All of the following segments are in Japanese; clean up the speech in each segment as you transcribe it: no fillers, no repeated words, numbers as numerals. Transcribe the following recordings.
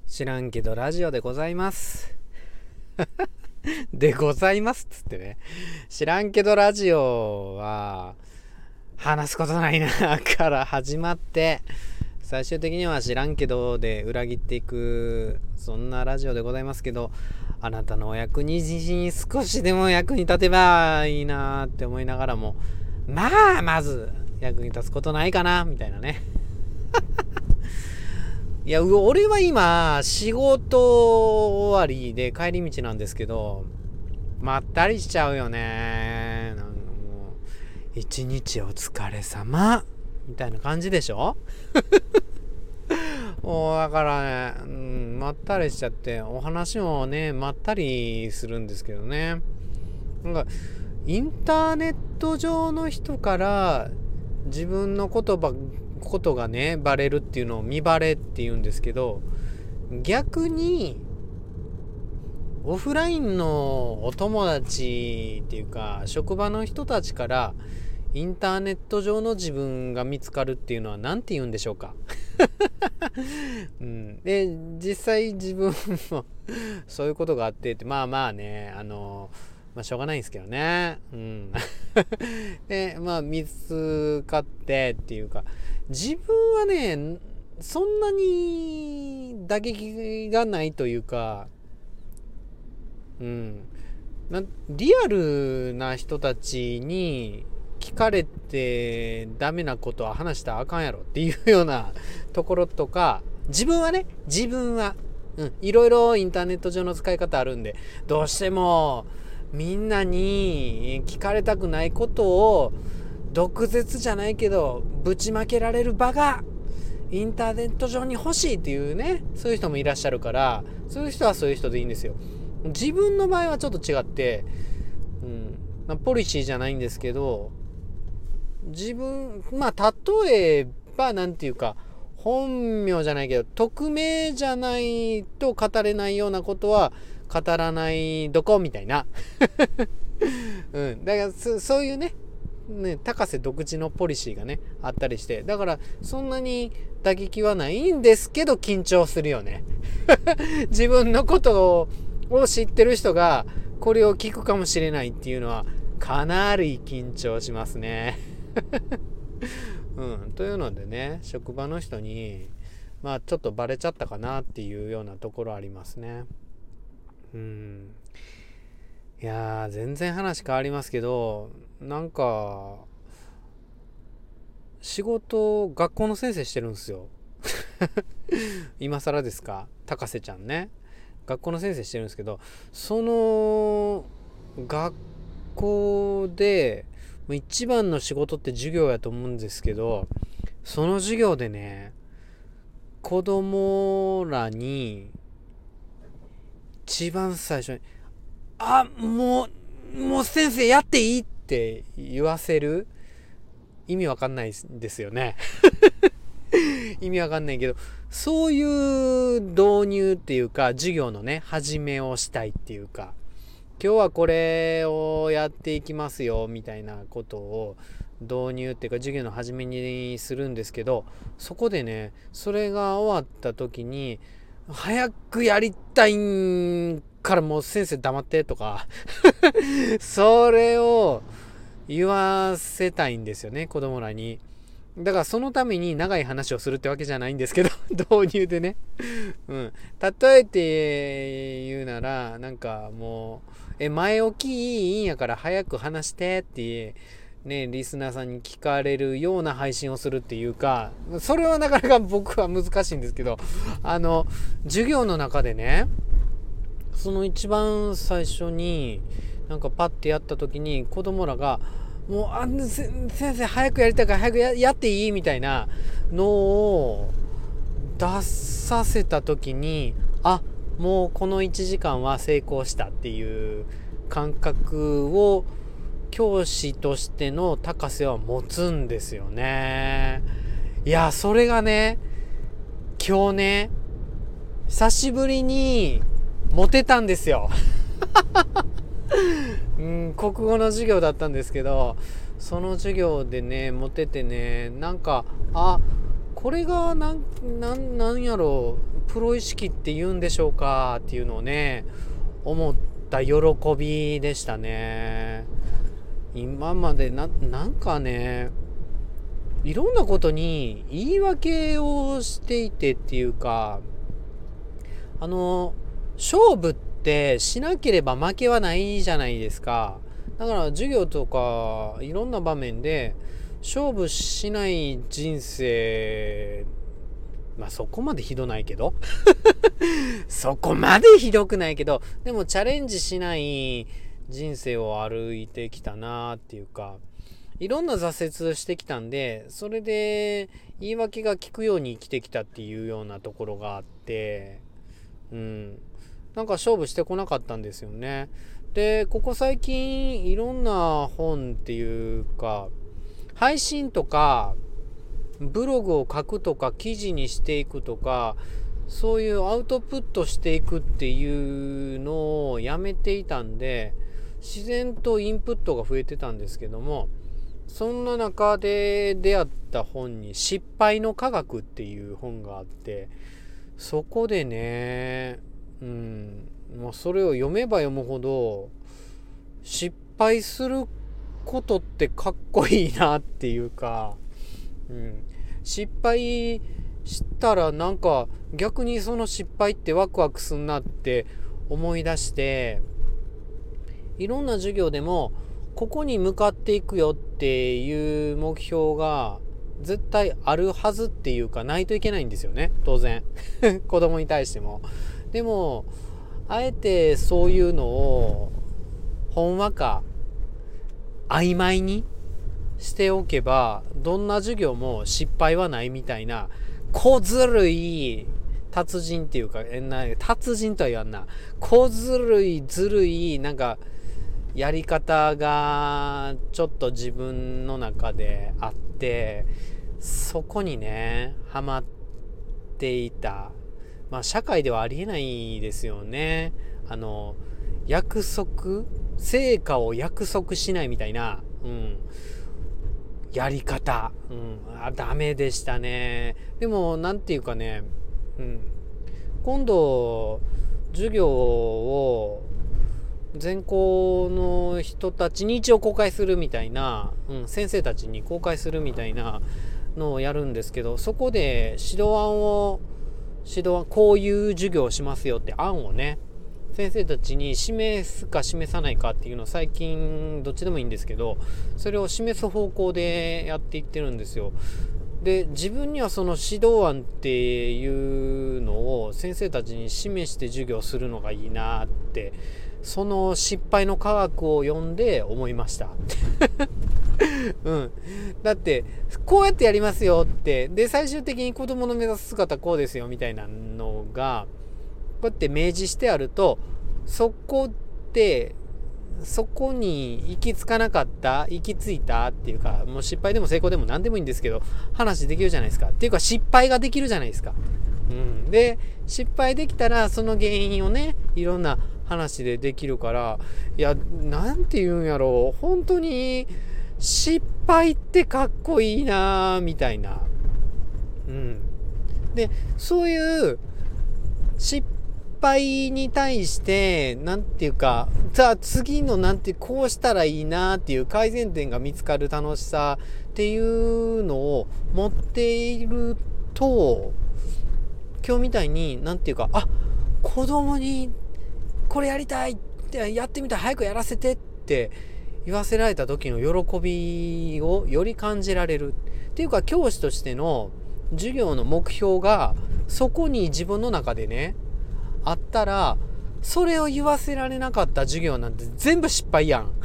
知らんけどラジオでございますでございますっつってね、知らんけどラジオは話すことないなから始まって、最終的には知らんけどで裏切っていく、そんなラジオでございますけど、あなたのお役に少しでも役に立てばいいなって思いながらも、まず役に立つことないかなみたいなねいや、俺は今仕事終わりで帰り道なんですけど、まったりしちゃうよね。なんかもう一日お疲れ様みたいな感じでしょもうだからね、まったりしちゃって、お話もねまったりするんですけどね。なんかインターネット上の人から自分のことがねバレるっていうのを見バレって言うんですけど、逆にオフラインのお友達っていうか職場の人たちからインターネット上の自分が見つかるっていうのは何て言うんでしょうかで実際自分もそういうことがあってまあね、しょうがないんですけどね。で見つかってっていうか、自分はねそんなに打撃がないというか、リアルな人たちに聞かれてダメなことは話したらあかんやろっていうようなところとか、自分はいろいろインターネット上の使い方あるんで、どうしてもみんなに聞かれたくないことを毒舌じゃないけどぶちまけられる場がインターネット上に欲しいっていうね、そういう人もいらっしゃるから、そういう人はそういう人でいいんですよ。自分の場合はちょっと違って、ポリシーじゃないんですけど、自分例えばなんていうか、本名じゃないけど匿名じゃないと語れないようなことは語らないどこみたいなだからそういうね高瀬独自のポリシーがねあったりして、だからそんなに打撃はないんですけど緊張するよね自分のことを知ってる人がこれを聞くかもしれないっていうのはかなり緊張しますねというのでね、職場の人にちょっとバレちゃったかなっていうようなところありますね。いやー、全然話変わりますけど、なんか仕事学校の先生してるんですよ今更ですか、高瀬ちゃんね、学校の先生してるんですけど、その学校で一番の仕事って授業やと思うんですけど、その授業でね、子供らに一番最初にもう先生やっていいって言わせる、意味わかんないですよね意味わかんないけど、そういう導入っていうか、授業のね始めをしたいっていうか、今日はこれをやっていきますよみたいなことを導入っていうか授業の始めにするんですけど、そこでねそれが終わった時に早くやりたいんからもう先生黙ってとかそれを言わせたいんですよね、子供らに。だからそのために長い話をするってわけじゃないんですけど導入でね、例えて言うなら、なんかもう前置きいいんやから早く話してってね、リスナーさんに聞かれるような配信をするっていうか、それはなかなか僕は難しいんですけど、授業の中でね、その一番最初になんかパッてやった時に子供らがもう先生早くやりたいから早く やっていいみたいなのを出させた時に、もうこの1時間は成功したっていう感覚を教師としての高瀬は持つんですよね。いや、それがね今日ね久しぶりにモテたんですよ国語の授業だったんですけど、その授業でねモテてね、なんかこれがなんやろう、プロ意識って言うんでしょうかっていうのをね、思った喜びでしたね。今までなんかね、いろんなことに言い訳をしていてっていうか、勝負ってしなければ負けはないじゃないですか。だから授業とかいろんな場面で勝負しない人生、そこまでひどないけどそこまでひどくないけど、でもチャレンジしない人生を歩いてきたなっていうか、いろんな挫折してきたんで、それで言い訳が効くように生きてきたっていうようなところがあって、なんか勝負してこなかったんですよね。で、ここ最近いろんな本っていうか、配信とかブログを書くとか記事にしていくとか、そういうアウトプットしていくっていうのをやめていたんで、自然とインプットが増えてたんですけども、そんな中で出会った本に失敗の科学っていう本があって、そこでね、もうそれを読めば読むほど失敗することってかっこいいなっていうか、失敗したらなんか逆にその失敗ってワクワクすんなって思い出して、いろんな授業でもここに向かっていくよっていう目標が絶対あるはずっていうか、ないといけないんですよね、当然子供に対しても。でもあえてそういうのをほんわか曖昧にしておけば、どんな授業も失敗はないみたいな、小ずるい達人っていうか、達人とは言わんな、小ずるいなんかやり方がちょっと自分の中であって、そこにねハマっていた。社会ではありえないですよね。約束、成果を約束しないみたいな、やり方、ダメでしたね。でもなんていうかね、今度授業を全校の人たちに一応公開するみたいな、先生たちに公開するみたいなのをやるんですけど、そこで指導案、こういう授業をしますよって案をね、先生たちに示すか示さないかっていうのを最近どっちでもいいんですけど、それを示す方向でやっていってるんですよ。で、自分にはその指導案っていうのを先生たちに示して授業するのがいいなって、その失敗の科学を読んで思いましただってこうやってやりますよって、で最終的に子供の目指す姿こうですよみたいなのがこうやって明示してあると、そこに行き着いたっていうか、もう失敗でも成功でも何でもいいんですけど、話できるじゃないですか。っていうか失敗ができるじゃないですか。で失敗できたらその原因をね、いろんな話でできるから、いや、なんて言うんやろう、本当に失敗ってかっこいいなみたいな。でそういう失敗に対してなんていうか、さあ次のこうしたらいいなっていう改善点が見つかる楽しさっていうのを持っていると、今日みたいになんていうか、子供にこれやりたいってやってみたい、早くやらせてって言わせられた時の喜びをより感じられるっていうか、教師としての授業の目標がそこに自分の中でねあったら、それを言わせられなかった授業なんて全部失敗やん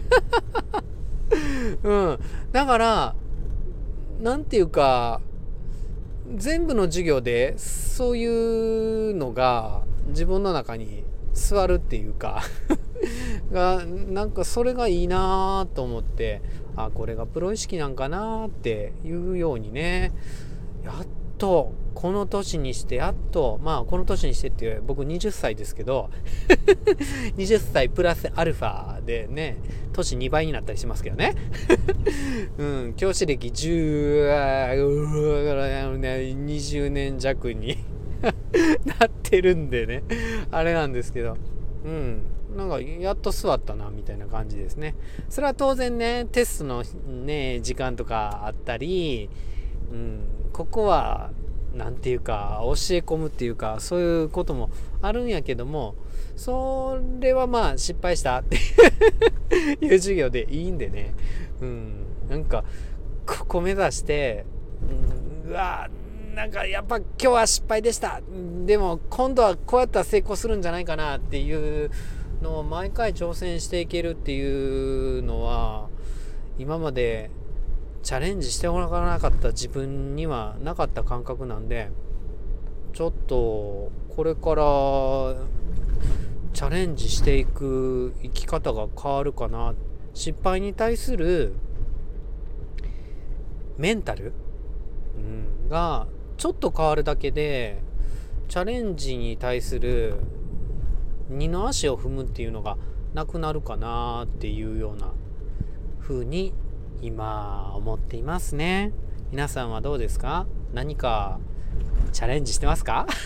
だからなんていうか、全部の授業でそういうのが自分の中に座るっていうかなんかそれがいいなと思って、これがプロ意識なんかなっていうようにね、やっとこの年にしてこの年にしてって僕20歳ですけど20歳プラスアルファでね、年2倍になったりしますけどね。うん、教師歴20年弱になってるんでね、あれなんですけど、なんかやっと座ったなみたいな感じですね。それは当然ね、テストのね時間とかあったり、ここはなんていうか教え込むっていうか、そういうこともあるんやけども、それはまあ失敗したっていう授業でいいんでね、なんかここ目指して、うわなんかやっぱ今日は失敗でした、でも今度はこうやったら成功するんじゃないかなっていうのを毎回挑戦していけるっていうのは、今までチャレンジしておらなかった自分にはなかった感覚なんで、ちょっとこれからチャレンジしていく生き方が変わるかな。失敗に対するメンタル、がちょっと変わるだけで、チャレンジに対する二の足を踏むっていうのがなくなるかなっていうような風に今思っていますね。皆さんはどうですか？何かチャレンジしてますか？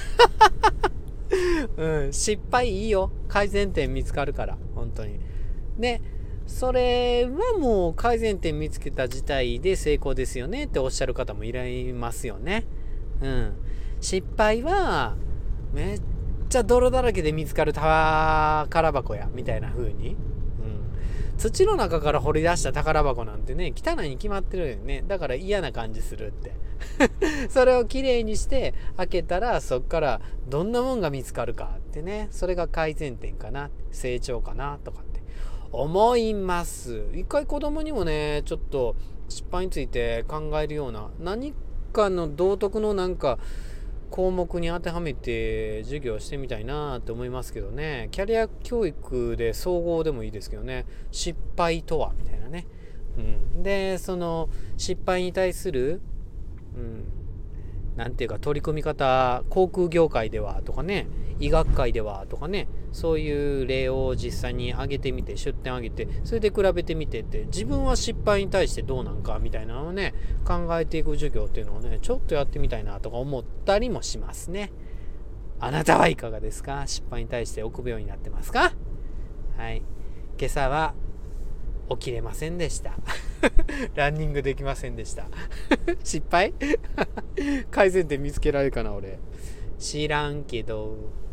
失敗いいよ。改善点見つかるから、本当に。で、それはもう改善点見つけた自体で成功ですよねっておっしゃる方もいらいますよね。失敗はめっちゃ泥だらけで見つかる宝箱やみたいな風に、土の中から掘り出した宝箱なんてね、汚いに決まってるよね。だから嫌な感じするってそれをきれいにして開けたら、そっからどんなもんが見つかるかってね、それが改善点かな、成長かなとかって思います。一回子供にもね、ちょっと失敗について考えるような何かの道徳のなんか項目に当てはめて授業してみたいなって思いますけどね。キャリア教育で総合でもいいですけどね、失敗とはみたいなね、でその失敗に対する、なんていうか取り組み方、航空業界ではとかね、医学界ではとかね、そういう例を実際に挙げてみて、出典挙げて、それで比べてみてって、自分は失敗に対してどうなんかみたいなのをね、考えていく授業っていうのをね、ちょっとやってみたいなとか思ったりもしますね。あなたはいかがですか？失敗に対して臆病になってますか？はい、今朝は起きれませんでしたランニングできませんでした失敗改善点見つけられるかな、俺知らんけど。